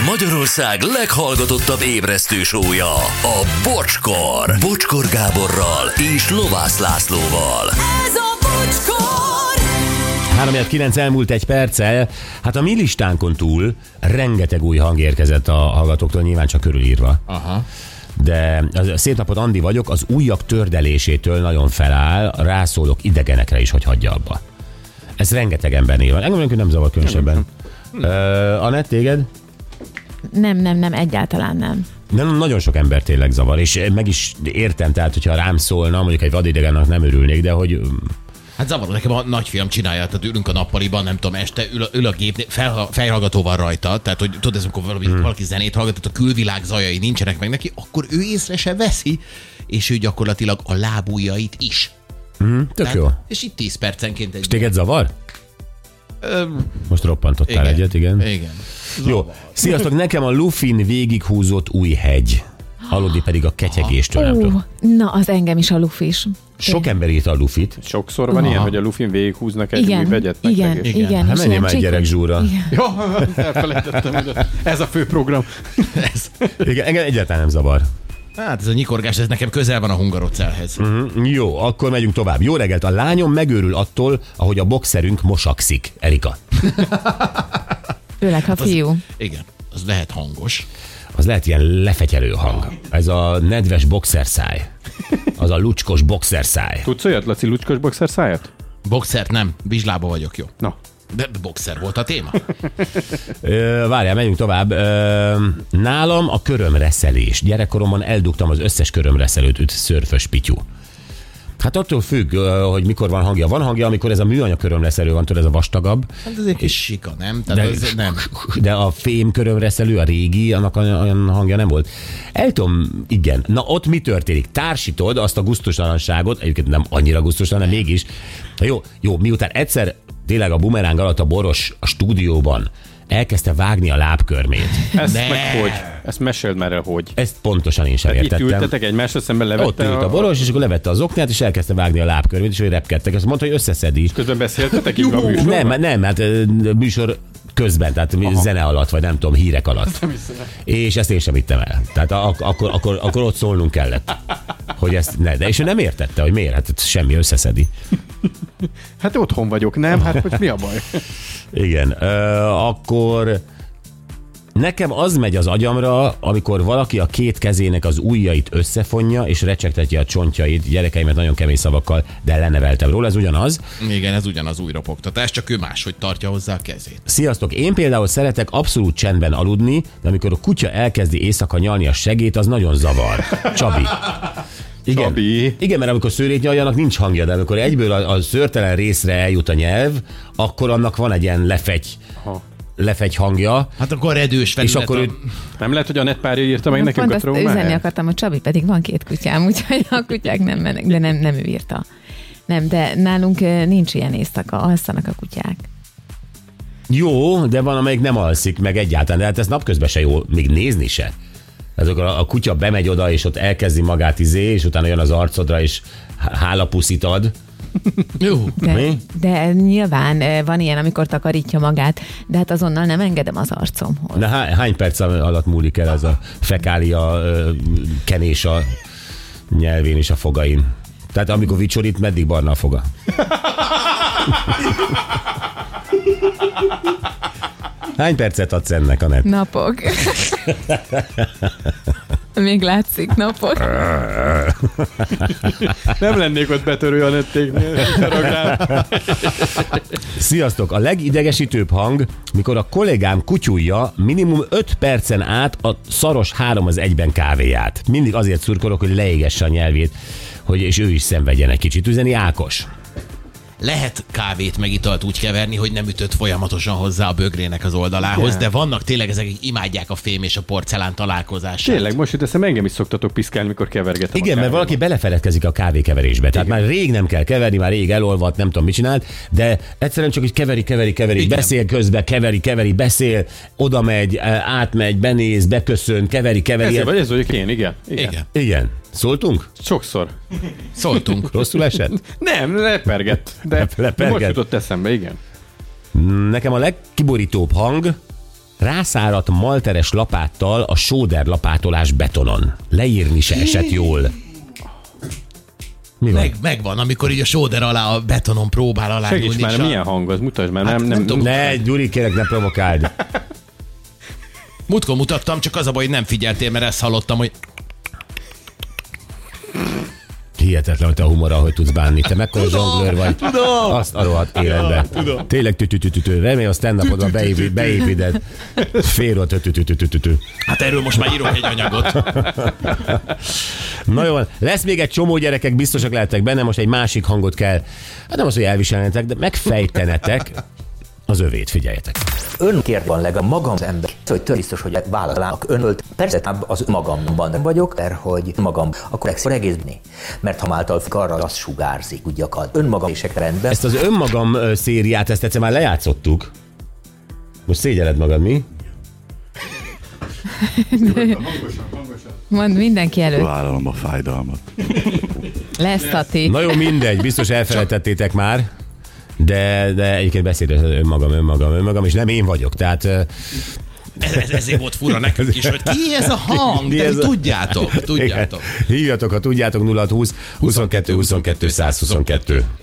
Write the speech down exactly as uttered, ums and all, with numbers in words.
Magyarország leghallgatottabb ébresztő sója, a Bocskor. Bocskor Gáborral és Lovász Lászlóval. Ez a Bocskor! három kilenc elmúlt egy perccel. Hát a mi listánkon túl rengeteg új hang érkezett a hallgatóktól, nyilván csak körülírva. Aha. De az, szép napot, Andi vagyok, az ujjak tördelésétől nagyon feláll, rászólok idegenekre is, hogy hagyja abba. Ez rengeteg embernél van. Engem nem zavar különösebben. Uh, Anett, téged? Nem, nem, nem, egyáltalán nem. Nem, nagyon sok ember tényleg zavar, és meg is értem, tehát hogyha rám szólna, mondjuk egy vadidegennek nem örülnék, de hogy... Hát zavaró, nekem a nagyfiam csinálja, tehát ülünk a nappaliban, nem tudom, este ül a, ül a gép, fejhallgató van rajta, tehát hogy tudod, ez, amikor valami, hmm. valaki zenét hallgat, a külvilág zajai nincsenek meg neki, akkor ő észre se veszi, és ő gyakorlatilag a lábujjait is. Hmm, tök tehát, jó. És itt tíz percenként egy... És téged zavar? Ö, Most roppantottál igen, egyet, igen. Igen. Jó, sziasztok, nekem a lufin végighúzott új hegy. Aludni pedig a ketyegéstől, nem tudom. Na, az engem is a lufis. Sok ember írta a lufit. Sokszor van Aha. ilyen, hogy a lufin végighúznak egy igen, új vegyet. Igen, igen, igen. igen. Hát menjél már egy gyerek zsúra. Jó, elfelejtettem. Ez a fő program. ez. Igen, engem egyáltalán nem zavar. Hát ez a nyikorgás, ez nekem közel van a hungarocelhez. Uh-huh. Jó, akkor megyünk tovább. Jó reggelt, a lányom megőrül attól, ahogy a boxerünk mosakszik. Erika. Főleg, ha hát fiú. Az, igen, az lehet hangos. Az lehet ilyen lefetyelő hang. Ez a nedves boxerszáj. Az a lucskos boxerszáj. Tudsz olyat, Laci, lucskos boxerszájat? Boxert nem, vizslába vagyok, jó. Na. De boxer volt a téma. Ö, várjál, menjünk tovább. Ö, nálam a körömreszelés. Gyerekkoromban eldugtam az összes körömreszelőt, üt szörfös pityú. Hát attól függ, hogy mikor van hangja. Van hangja, amikor ez a műanyag körömreszelő van, tudod, ez a vastagabb. Hát ez egy kis sika, nem? Tehát de, az nem. De a fém körömreszelő, a régi, annak olyan hangja nem volt. El tudom, igen. Na ott mi történik? Társítod azt a gusztustalanságot, egyébként nem annyira gusztustalan, de mégis. Jó, jó, miután egyszer tényleg a bumeráng alatt a Boros a stúdióban elkezdte vágni a lábkörmét. Ezt ne. meg hogy? Ezt meséld már el, hogy. Ezt pontosan én sem értettem. Itt ültetek egymásra szemben, levette Ott ült a Boros, és akkor levette az oknyát, és elkezdte vágni a lábkörmét, és hogy repkedtek. Azt mondta, hogy összeszedi. És közben beszéltetek így a műsorban? Nem, nem, hát műsor közben, tehát Aha. zene alatt, vagy nem tudom, hírek alatt. És ezt én sem hittem el. Tehát ak- akkor, akkor, akkor ott szólnunk kellett, hogy ezt ne. De és ő nem értette, hogy miért, hát semmi összeszedi. Hát otthon vagyok, nem? Hát hogy mi a baj? Igen, ö, akkor nekem az megy az agyamra, amikor valaki a két kezének az ujjait összefonja, és recsegteti a csontjait, gyerekeimet nagyon kemény szavakkal, de leneveltem róla, ez ugyanaz. Igen, ez ugyanaz újrapoktatás, csak ő máshogy tartja hozzá a kezét. Sziasztok, én például szeretek abszolút csendben aludni, de amikor a kutya elkezdi éjszaka nyalni a segét, az nagyon zavar. Csabi. Igen, Csabi. igen, mert amikor szőrét nyaljanak, nincs hangja, de amikor egyből a, a szőrtelen részre eljut a nyelv, akkor annak van egy ilyen lefegy, lefegy hangja. Hát akkor redős felület. És akkor ő... Nem lehet, hogy a netpárja írta meg nekünk a trómáját? Üzenni akartam, hogy Csabi pedig van két kutyám, úgyhogy a kutyák nem mennek, de nem, nem ő írta. Nem, de nálunk nincs ilyen éjszaka, alszanak a kutyák. Jó, de van, amelyik nem alszik meg egyáltalán, de hát ez napközben se jó, még nézni se. Azok a, a kutya bemegy oda, és ott elkezdi magát izé, és utána jön az arcodra, és hálapuszit ad. Jó. De, de nyilván van ilyen, amikor takarítja magát, de hát azonnal nem engedem az arcomhoz. Na há, hány perc alatt múlik el ez a fekália kenés a nyelvén és a fogain? Tehát amikor vicsorít, meddig barna a foga? Hány percet adsz ennek, Anett? Napok. Még látszik, napok. Nem lennék ott betörő Anettéknél. Sziasztok! A legidegesítőbb hang, mikor a kollégám kutyulja minimum öt percen át a szaros három az egyben kávéját. Mindig azért szurkolok, hogy leégesse a nyelvét, hogy és ő is szenvedjen egy kicsit. Üzeni Ákos. Lehet kávét meg italt úgy keverni, hogy nem ütött folyamatosan hozzá a bögrének az oldalához, yeah. de vannak tényleg ezek, akik imádják a fém és a porcelán találkozását. Tényleg, most jut eszem, engem is szoktatok piszkálni, mikor kevergetem. Igen, mert valaki belefeledkezik a kávékeverésbe. Tehát Igen. már rég nem kell keverni, már rég elolvadt, nem tudom, mit csinált, de egyszerűen csak így keveri, keveri, keveri, Igen. beszél közben, keveri, keveri, beszél, oda megy, átmegy, benéz, beköszön, keveri, keveri. Ez, vagy ez vagyok én, igen. Igen. Igen. Igen. Szóltunk? Sokszor. Szóltunk. Rosszul esett? Nem, lepergett. De lepergett. most jutott eszembe, igen. Nekem a legkiborítóbb hang, Rászáradt malteres lapáttal a sóder lapátolás betonon. Leírni se esett jól. Mi van? Meg, megvan, amikor így a sóder alá, a betonon próbál alá Segíts nyúlni, már, és a- milyen hang az? Mutasd már, Hát nem, nem nem, tudom. Ne, Gyuri, kérlek, ne provokáld. Múltkor mutattam, csak az a baj, hogy nem figyeltél, mert ezt hallottam, hogy Hihetetlen, hogy te a humorral, hogy tudsz bánni. Te mekkora zsonglőr vagy. Tudom. Azt a rohadt életben. Tényleg tütütütütü. Remélem a stand-upodban beépít, beépíted. Félről tütütütütütü. hát erről most már írok egy anyagot. Na jó, van. Lesz még egy csomó gyerekek, biztosak lehetek benne, most egy másik hangot kell, hát nem az, hogy elviselnetek, de megfejtenetek az övét, figyeljetek. Önkért van legalább magam az ember, hogy tök biztos, hogy válaszolnak önölt. Persze az magamban vagyok, mert hogy magam, akkor egyszer egészbni. Mert ha által arra az sugárzik, ugye akad. Önmagam és rendben. Ezt az önmagam ö, szériát, ezt egyszer már lejátszottuk. Most szégyeled magad, mi? Mond mindenki előtt. Vállalom a fájdalmat. Lesz, Tati. Na jó, mindegy, biztos elfelejtettétek már, de, de egyébként beszédes önmagam, önmagam, önmagam, és nem én vagyok, tehát ö, Ez, ez, ezért volt fura nekünk is, hogy ki ez a hang? Mi De ez a- tudjátok, tudjátok. igen. Hívjatok, ha tudjátok, nulla húsz huszonkettő huszonkettő száz huszonkettő.